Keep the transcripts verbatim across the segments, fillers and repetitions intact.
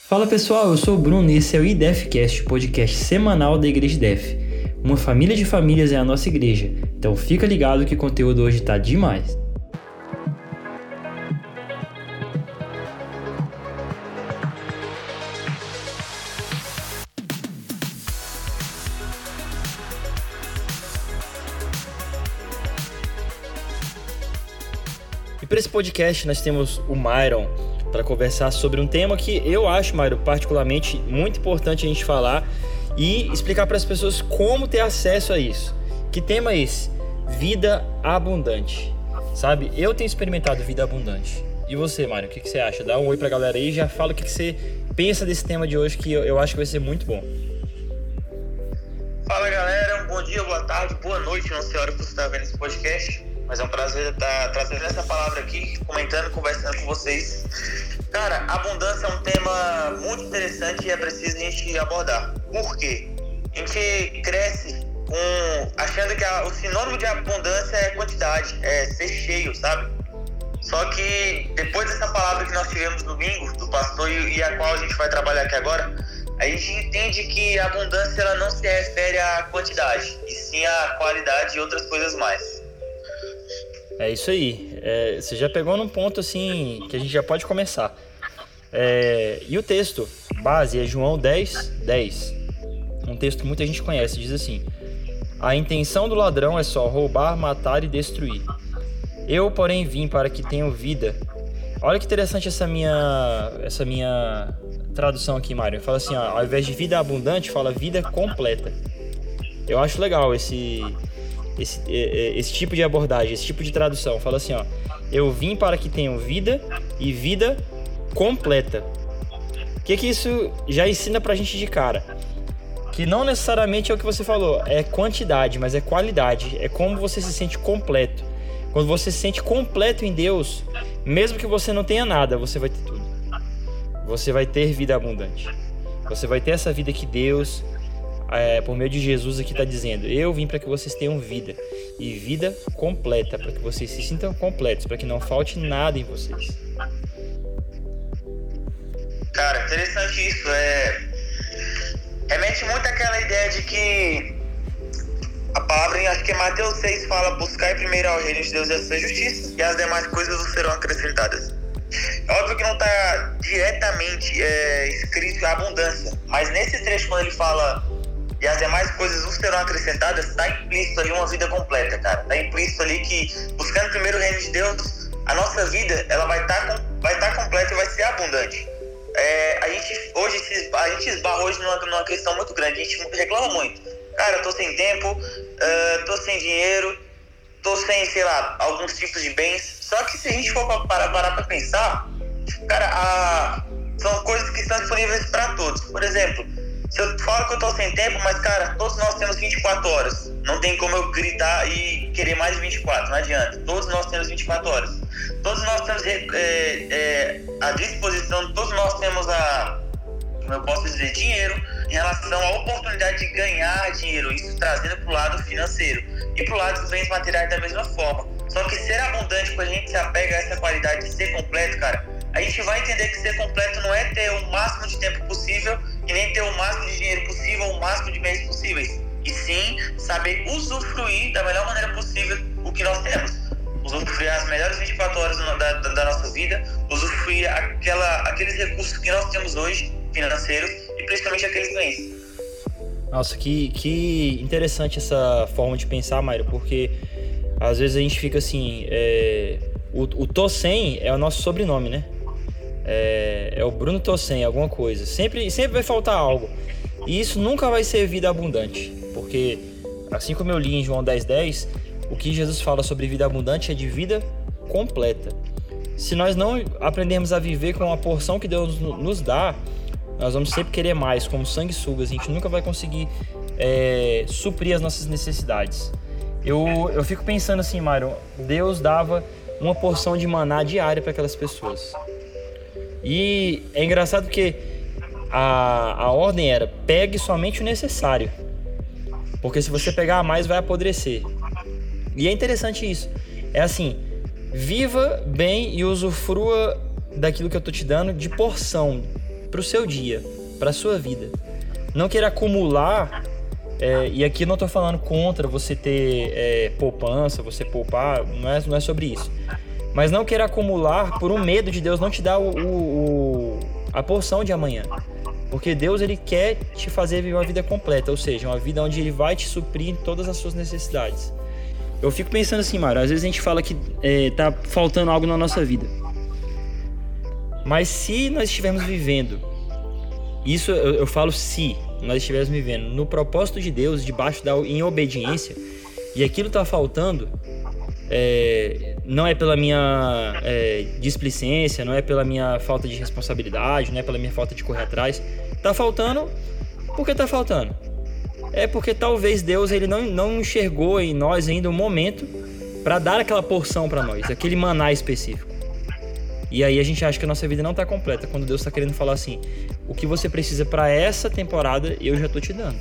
Fala pessoal, eu sou o Bruno e esse é o IDEFcast, o podcast semanal da Igreja I D E F. Uma família de famílias é a nossa igreja, então fica ligado que o conteúdo hoje tá demais. E para esse podcast nós temos o Myron para conversar sobre um tema que eu acho, Myron, particularmente muito importante a gente falar e explicar para as pessoas como ter acesso a isso. Que tema é esse? Vida abundante. Sabe, eu tenho experimentado vida abundante. E você, Myron, o que, que você acha? Dá um oi para a galera aí e já fala o que, que você pensa desse tema de hoje, que eu, eu acho que vai ser muito bom. Fala galera, bom dia, boa tarde, boa noite, não sei a hora que você está vendo esse podcast, mas é um prazer estar trazendo essa palavra aqui, comentando, conversando com vocês. Cara, abundância é um tema muito interessante e é preciso a gente abordar. Por quê? A gente cresce com, achando que a, o sinônimo de abundância é quantidade, é ser cheio, sabe? Só que depois dessa palavra que nós tivemos no domingo, do pastor, e, e a qual a gente vai trabalhar aqui agora, a gente entende que a abundância ela não se refere à quantidade, e sim à qualidade e outras coisas mais. É isso aí. É, você já pegou num ponto assim que a gente já pode começar. É, e o texto base é João dez, dez. Um texto que muita gente conhece. Diz assim: a intenção do ladrão é só roubar, matar e destruir. Eu, porém, vim para que tenham vida. Olha que interessante essa minha, essa minha tradução aqui, Mário. Fala assim, ó, ao invés de vida abundante, fala vida completa. Eu acho legal esse... Esse, esse tipo de abordagem, esse tipo de tradução. Fala assim, ó: eu vim para que tenham vida e vida completa. O que que isso já ensina pra gente de cara? Que não necessariamente é o que você falou, é quantidade, mas é qualidade. É como você se sente completo. Quando você se sente completo em Deus, mesmo que você não tenha nada, você vai ter tudo. Você vai ter vida abundante. Você vai ter essa vida que Deus... É, por meio de Jesus aqui está dizendo: eu vim para que vocês tenham vida e vida completa, para que vocês se sintam completos, para que não falte nada em vocês. Cara, interessante isso. É... remete muito àquela ideia de que a palavra, acho que é Mateus seis, fala: buscai primeiro ao reino de Deus e a sua justiça, e as demais coisas vos serão acrescentadas. É óbvio que não está diretamente é, escrito a abundância, mas nesse trecho, quando ele fala e as demais coisas vos serão acrescentadas, está implícito ali uma vida completa, cara. Está implícito ali que, buscando primeiro o reino de Deus, a nossa vida ela vai estar vai tá completa e vai ser abundante. É, a gente hoje a gente esbarra hoje numa, numa questão muito grande. A gente reclama muito. Cara, eu tô sem tempo, uh, tô sem dinheiro, tô sem, sei lá, alguns tipos de bens. Só que se a gente for parar para pra pensar, cara, a, são coisas que estão disponíveis para todos. Por exemplo, se eu falo que eu tô sem tempo, mas, cara, todos nós temos vinte e quatro horas. Não tem como eu gritar e querer mais de vinte e quatro, não adianta. Todos nós temos vinte e quatro horas. Todos nós temos é, é, a disposição, todos nós temos a, como eu posso dizer, dinheiro em relação à oportunidade de ganhar dinheiro, isso trazendo pro lado financeiro. E pro lado dos bens materiais da mesma forma. Só que ser abundante, quando a gente se apega a essa qualidade de ser completo, cara, a gente vai entender que ser completo não é ter o máximo de tempo possível e nem ter o máximo de dinheiro possível, o máximo de bens possíveis. E sim, saber usufruir da melhor maneira possível o que nós temos. Usufruir as melhores vinte e quatro horas da, da, da nossa vida, usufruir aquela, aqueles recursos que nós temos hoje, financeiros, e principalmente aqueles bens. Nossa, que, que interessante essa forma de pensar, Mário, porque às vezes a gente fica assim... É... O, o Tossen é o nosso sobrenome, né? É, é o Bruno Tossen, alguma coisa. Sempre, sempre vai faltar algo. E isso nunca vai ser vida abundante. Porque, assim como eu li em João dez, dez, o que Jesus fala sobre vida abundante é de vida completa. Se nós não aprendermos a viver com a porção que Deus nos dá, nós vamos sempre querer mais, como sanguessugas. A gente nunca vai conseguir é, suprir as nossas necessidades. Eu, eu fico pensando assim, Mário, Deus dava uma porção de maná diária para aquelas pessoas. E é engraçado porque a, a ordem era: pegue somente o necessário, porque se você pegar a mais vai apodrecer. E é interessante isso. É assim: viva bem e usufrua daquilo que eu tô te dando de porção. para o seu dia, para a sua vida. Não queira acumular, é, e aqui eu não estou falando contra você ter é, poupança, você poupar, não é, não é sobre isso. Mas não queira acumular por um medo de Deus não te dar o, o, o, a porção de amanhã. Porque Deus, ele quer te fazer viver uma vida completa, ou seja, uma vida onde ele vai te suprir em todas as suas necessidades. Eu fico pensando assim, Mário, às vezes a gente fala que é, tá faltando algo na nossa vida. Mas se nós estivermos vivendo, isso eu, eu falo se nós estivermos vivendo no propósito de Deus, debaixo da em obediência, e aquilo está faltando, é, não é pela minha é, displicência, não é pela minha falta de responsabilidade, não é pela minha falta de correr atrás. Tá faltando porque tá faltando. É porque talvez Deus ele não, não enxergou em nós ainda um momento para dar aquela porção para nós, aquele maná específico. E aí a gente acha que a nossa vida não tá completa, quando Deus tá querendo falar assim: o que você precisa para essa temporada, eu já tô te dando.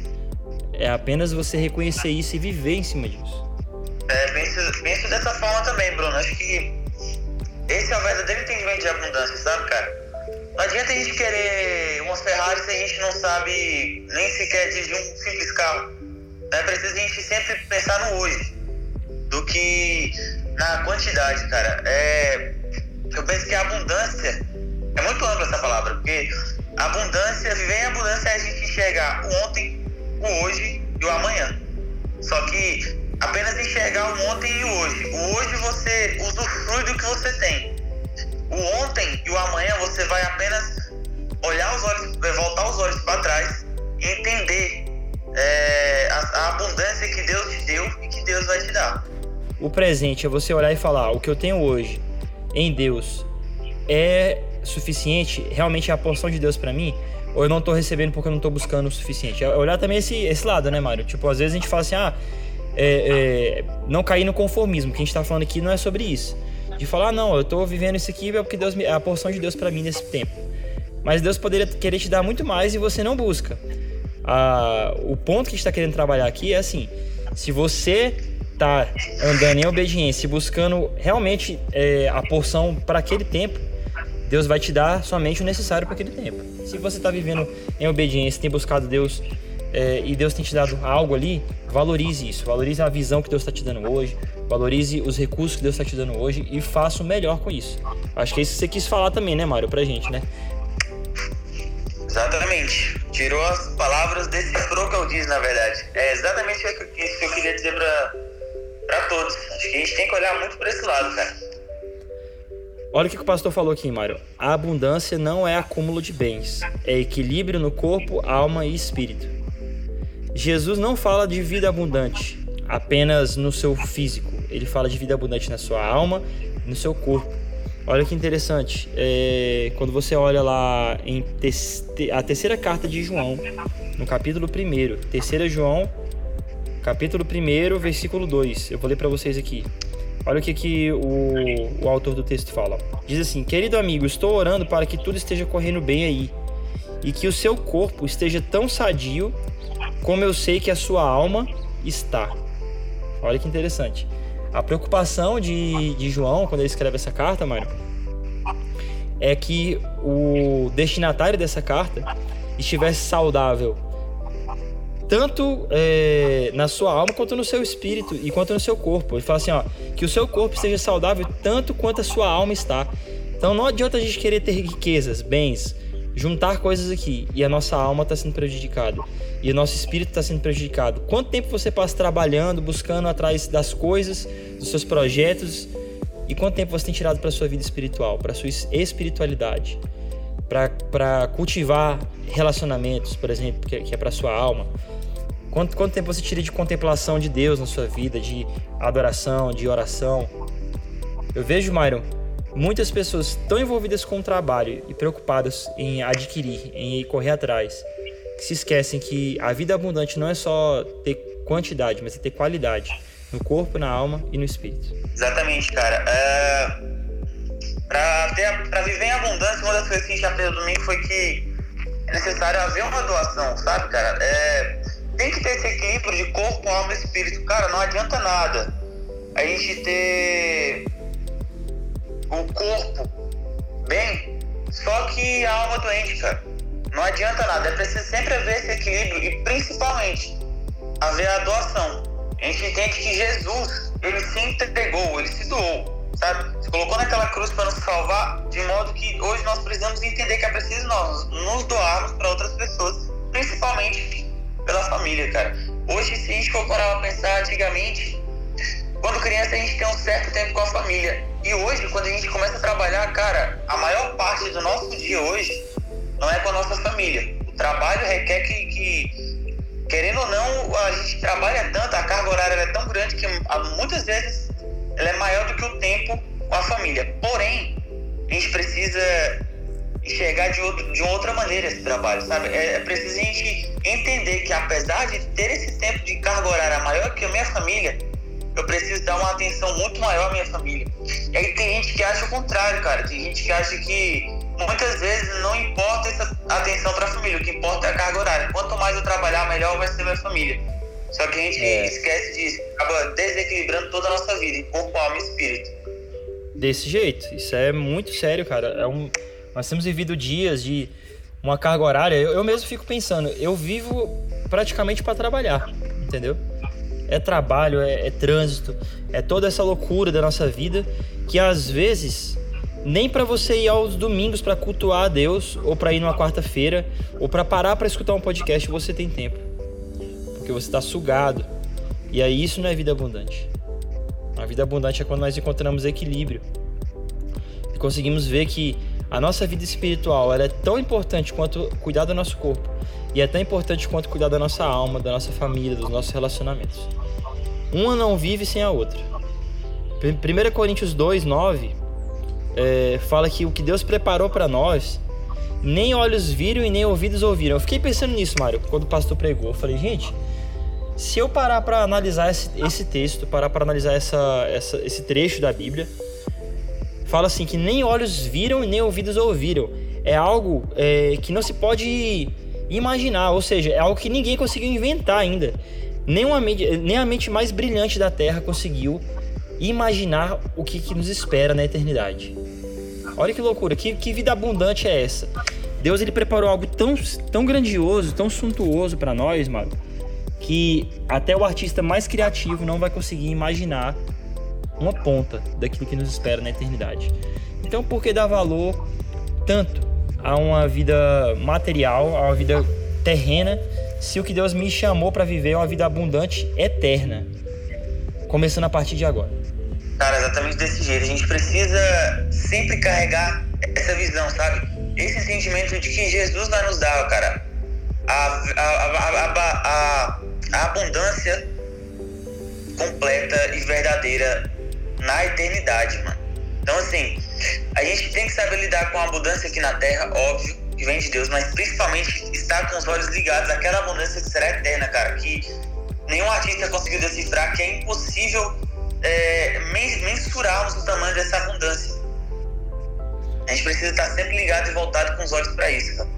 É apenas você reconhecer isso e viver em cima disso. É, penso, penso dessa forma também, Bruno. Acho que esse é o verdadeiro entendimento de abundância, sabe, cara? Não adianta a gente querer umas Ferrari se a gente não sabe nem sequer dirigir um simples carro. É preciso a gente sempre pensar no hoje, do que na quantidade, cara. É, eu penso que a abundância, é muito ampla essa palavra, porque abundância, viver em abundância é a gente enxergar o ontem, o hoje e o amanhã. Só que apenas enxergar o ontem e o hoje. O hoje você usufrui do que você tem. O ontem e o amanhã você vai apenas olhar os olhos, voltar os olhos para trás e entender é, a, a abundância que Deus te deu e que Deus vai te dar. O presente é você olhar e falar: o que eu tenho hoje em Deus é suficiente? Realmente é a porção de Deus para mim? Ou eu não tô recebendo porque eu não tô buscando o suficiente? É olhar também esse, esse lado, né, Mário? Tipo, às vezes a gente fala assim: ah, é, é, não cair no conformismo. O que a gente tá falando aqui não é sobre isso. De falar: não, eu tô vivendo isso aqui porque Deus, é a porção de Deus para mim nesse tempo. Mas Deus poderia querer te dar muito mais e você não busca. Ah, o ponto que a gente está querendo trabalhar aqui é assim: se você tá andando em obediência e buscando realmente é, a porção para aquele tempo, Deus vai te dar somente o necessário para aquele tempo. Se você está vivendo em obediência, tem buscado Deus é, e Deus tem te dado algo ali, valorize isso, valorize a visão que Deus está te dando hoje, valorize os recursos que Deus está te dando hoje e faça o melhor com isso. Acho que é isso que você quis falar também, né, Mário, pra gente, né? Exatamente. Tirou as palavras, decifrou o que eu disse, na verdade. É exatamente isso que eu queria dizer pra, pra todos. Acho que a gente tem que olhar muito pra esse lado, cara. Olha o que o pastor falou aqui, Mário. A abundância não é acúmulo de bens, é equilíbrio no corpo, alma e espírito. Jesus não fala de vida abundante apenas no seu físico. Ele fala de vida abundante na sua alma e no seu corpo. Olha que interessante, é, quando você olha lá em te- a terceira carta de João, no capítulo primeiro, terceira João, capítulo primeiro, versículo dois, eu vou ler para vocês aqui. Olha o que, que o, o autor do texto fala. Diz assim: querido amigo, estou orando para que tudo esteja correndo bem aí, e que o seu corpo esteja tão sadio como eu sei que a sua alma está. Olha que interessante. A preocupação de, de João, quando ele escreve essa carta, Mário, é que o destinatário dessa carta estivesse saudável tanto é, na sua alma quanto no seu espírito e quanto no seu corpo. Ele fala assim, ó, que o seu corpo esteja saudável tanto quanto a sua alma está. Então não adianta a gente querer ter riquezas, bens, juntar coisas aqui e a nossa alma está sendo prejudicada e o nosso espírito está sendo prejudicado. Quanto tempo você passa trabalhando, buscando atrás das coisas, dos seus projetos, e quanto tempo você tem tirado para a sua vida espiritual, para a sua espiritualidade, para cultivar relacionamentos, por exemplo, que, que é para a sua alma? Quanto, quanto tempo você tira de contemplação de Deus na sua vida, de adoração, de oração? Eu vejo, Myron, muitas pessoas tão envolvidas com o trabalho e preocupadas em adquirir, em correr atrás, que se esquecem que a vida abundante não é só ter quantidade, mas é ter qualidade no corpo, na alma e no espírito. Exatamente, cara. É... Pra, ter, pra viver em abundância, uma das coisas que a gente aprendeu domingo foi que é necessário haver uma doação, sabe, cara? É... Tem que ter esse equilíbrio de corpo, alma e espírito. Cara, não adianta nada a gente ter o corpo bem Só que a alma doente, cara, não adianta nada. É preciso sempre haver esse equilíbrio e, principalmente, haver a doação. A gente entende que Jesus, ele se entregou, ele se doou, sabe? Se colocou naquela cruz para nos salvar, de modo que hoje nós precisamos entender que é preciso nós nos doarmos para outras pessoas, principalmente pela família, cara. Hoje, se a gente for parar pra pensar, antigamente, quando criança a gente tem um certo tempo com a família. E hoje, quando a gente começa a trabalhar, cara, a maior parte do nosso dia hoje não é com a nossa família. O trabalho requer que, que querendo ou não, a gente trabalha tanto, a carga horária é tão grande que muitas vezes ela é maior do que o tempo com a família. Porém, a gente precisa enxergar de, outro, de uma outra maneira esse trabalho, sabe? É, é preciso a gente entender que, apesar de ter esse tempo de carga horária maior que a minha família, eu preciso dar uma atenção muito maior à minha família. E aí tem gente que acha o contrário, cara. Tem gente que acha que muitas vezes não importa essa atenção para a família, o que importa é a carga horária. Quanto mais eu trabalhar, melhor vai ser minha família. Só que a gente é. esquece disso, acaba desequilibrando toda a nossa vida, em corpo, alma e espírito. Desse jeito, isso é muito sério, cara. É um... Nós temos vivido dias de uma carga horária. Eu, eu mesmo fico pensando, eu vivo praticamente para trabalhar, entendeu? É trabalho, é, é trânsito, é toda essa loucura da nossa vida que às vezes nem para você ir aos domingos para cultuar a Deus, ou para ir numa quarta-feira, ou para parar para escutar um podcast você tem tempo, porque você está sugado. E aí isso não é vida abundante. A vida abundante é quando nós encontramos equilíbrio e conseguimos ver que a nossa vida espiritual ela é tão importante quanto cuidar do nosso corpo, e é tão importante quanto cuidar da nossa alma, da nossa família, dos nossos relacionamentos. Uma não vive sem a outra. primeira Coríntios dois, nove é, fala que o que Deus preparou para nós, nem olhos viram e nem ouvidos ouviram. Eu fiquei pensando nisso, Mário, quando o pastor pregou. Eu falei, gente, se eu parar para analisar esse, esse texto, parar para analisar essa, essa, esse trecho da Bíblia, fala assim que nem olhos viram e nem ouvidos ouviram. É algo é, que não se pode imaginar, ou seja, é algo que ninguém conseguiu inventar ainda. Nem, uma, nem a mente mais brilhante da Terra conseguiu imaginar o que, que nos espera na eternidade. Olha que loucura, que, que vida abundante é essa? Deus ele preparou algo tão, tão grandioso, tão suntuoso para nós, mano, que até o artista mais criativo não vai conseguir imaginar uma ponta daquilo que nos espera na eternidade. Então, por que dar valor tanto a uma vida material, a uma vida terrena, se o que Deus me chamou para viver é uma vida abundante eterna, começando a partir de agora? Cara, exatamente desse jeito. A gente precisa sempre carregar essa visão, sabe? Esse sentimento de que Jesus vai nos dar, cara, a, a, a, a, a, a abundância completa e verdadeira na eternidade, mano. Então, assim, a gente tem que saber lidar com a abundância aqui na Terra, óbvio, que vem de Deus, mas principalmente estar com os olhos ligados àquela abundância que será eterna, cara, que nenhum artista conseguiu decifrar, que é impossível é, mensurarmos o tamanho dessa abundância. A gente precisa estar sempre ligado e voltado com os olhos para isso, cara.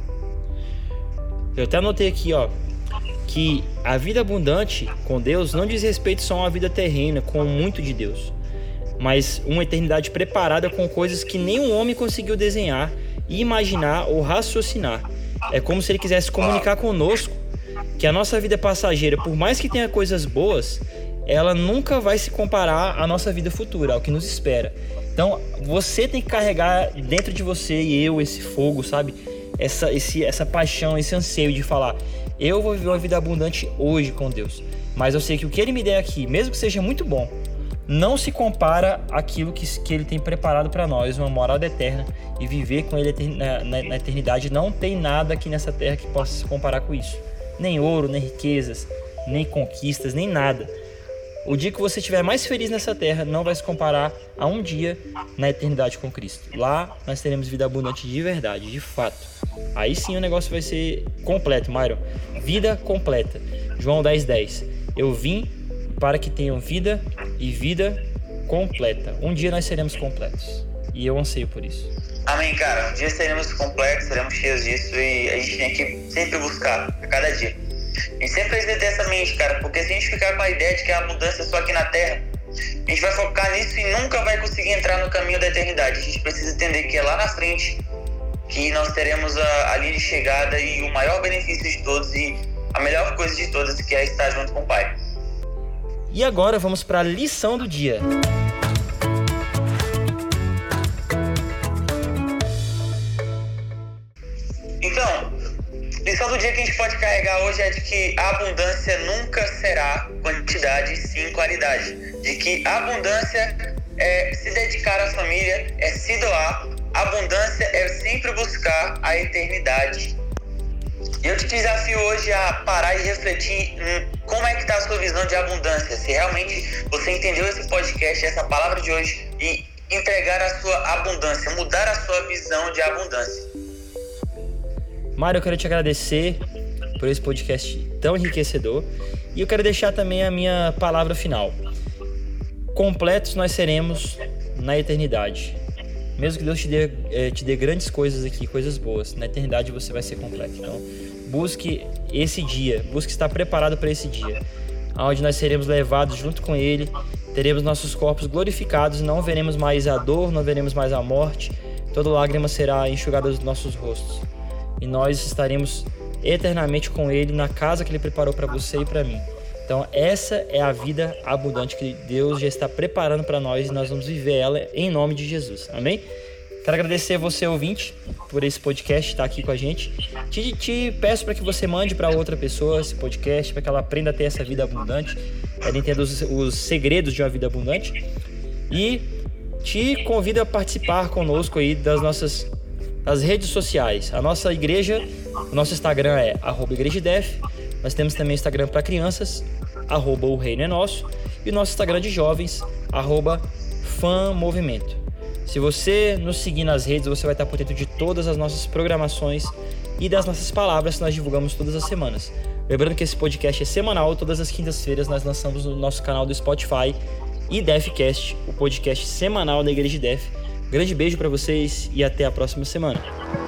Eu até anotei aqui, ó, que a vida abundante com Deus não diz respeito só a uma vida terrena com muito de Deus, mas uma eternidade preparada com coisas que nenhum homem conseguiu desenhar, imaginar ou raciocinar. É como se ele quisesse comunicar conosco que a nossa vida passageira, por mais que tenha coisas boas, ela nunca vai se comparar à nossa vida futura, ao que nos espera. Então, você tem que carregar dentro de você e eu esse fogo, sabe? Essa, esse, essa paixão, esse anseio de falar, eu vou viver uma vida abundante hoje com Deus, mas eu sei que o que Ele me der aqui, mesmo que seja muito bom, não se compara àquilo que, que Ele tem preparado para nós, uma morada eterna, e viver com Ele na, na, na eternidade. Não tem nada aqui nessa terra que possa se comparar com isso. Nem ouro, nem riquezas, nem conquistas, nem nada. O dia que você estiver mais feliz nessa terra não vai se comparar a um dia na eternidade com Cristo. Lá nós teremos vida abundante de verdade, de fato. Aí sim o negócio vai ser completo, Myron. Vida completa. João dez, dez. Eu vim para que tenham vida e vida completa. Um dia nós seremos completos. E eu anseio por isso. Amém, cara. Um dia seremos completos, seremos cheios disso, e a gente tem que sempre buscar, a cada dia. A gente sempre precisa ter essa mente, cara, porque se a gente ficar com a ideia de que a abundância é só aqui na Terra, a gente vai focar nisso e nunca vai conseguir entrar no caminho da eternidade. A gente precisa entender que é lá na frente que nós teremos a, a linha de chegada e o maior benefício de todos e a melhor coisa de todas, que é estar junto com o Pai. E agora vamos para a lição do dia. Então, lição do dia que a gente pode carregar hoje é de que a abundância nunca será quantidade, sim qualidade. De que a abundância é se dedicar à família, é se doar. A abundância é sempre buscar a eternidade. E eu te desafio hoje a parar e refletir em como é que está a sua visão de abundância. Se realmente você entendeu esse podcast, essa palavra de hoje, e entregar a sua abundância, mudar a sua visão de abundância. Mário, eu quero te agradecer por esse podcast tão enriquecedor. E eu quero deixar também a minha palavra final. Completos nós seremos na eternidade. Mesmo que Deus te dê, eh, te dê grandes coisas aqui, coisas boas, na eternidade você vai ser completo. Então, busque esse dia, busque estar preparado para esse dia, onde nós seremos levados junto com Ele, teremos nossos corpos glorificados, não veremos mais a dor, não veremos mais a morte, toda lágrima será enxugada dos nossos rostos. E nós estaremos eternamente com Ele na casa que Ele preparou para você e para mim. Então essa é a vida abundante que Deus já está preparando para nós e nós vamos viver ela em nome de Jesus. Amém? Quero agradecer você, ouvinte, por esse podcast, estar aqui com a gente. Te, te peço para que você mande para outra pessoa esse podcast, para que ela aprenda a ter essa vida abundante, ela entenda os, os segredos de uma vida abundante. E te convido a participar conosco aí das nossas das redes sociais. A nossa igreja, o nosso Instagram é arroba igrejadef. Nós temos também Instagram para crianças, arroba o reino é nosso. E o nosso Instagram de jovens, arroba fanmovimento. Se você nos seguir nas redes, você vai estar por dentro de todas as nossas programações e das nossas palavras que nós divulgamos todas as semanas. Lembrando que esse podcast é semanal, todas as quintas-feiras nós lançamos no nosso canal do Spotify e DefCast, o podcast semanal da Igreja Def. Grande beijo para vocês e até a próxima semana.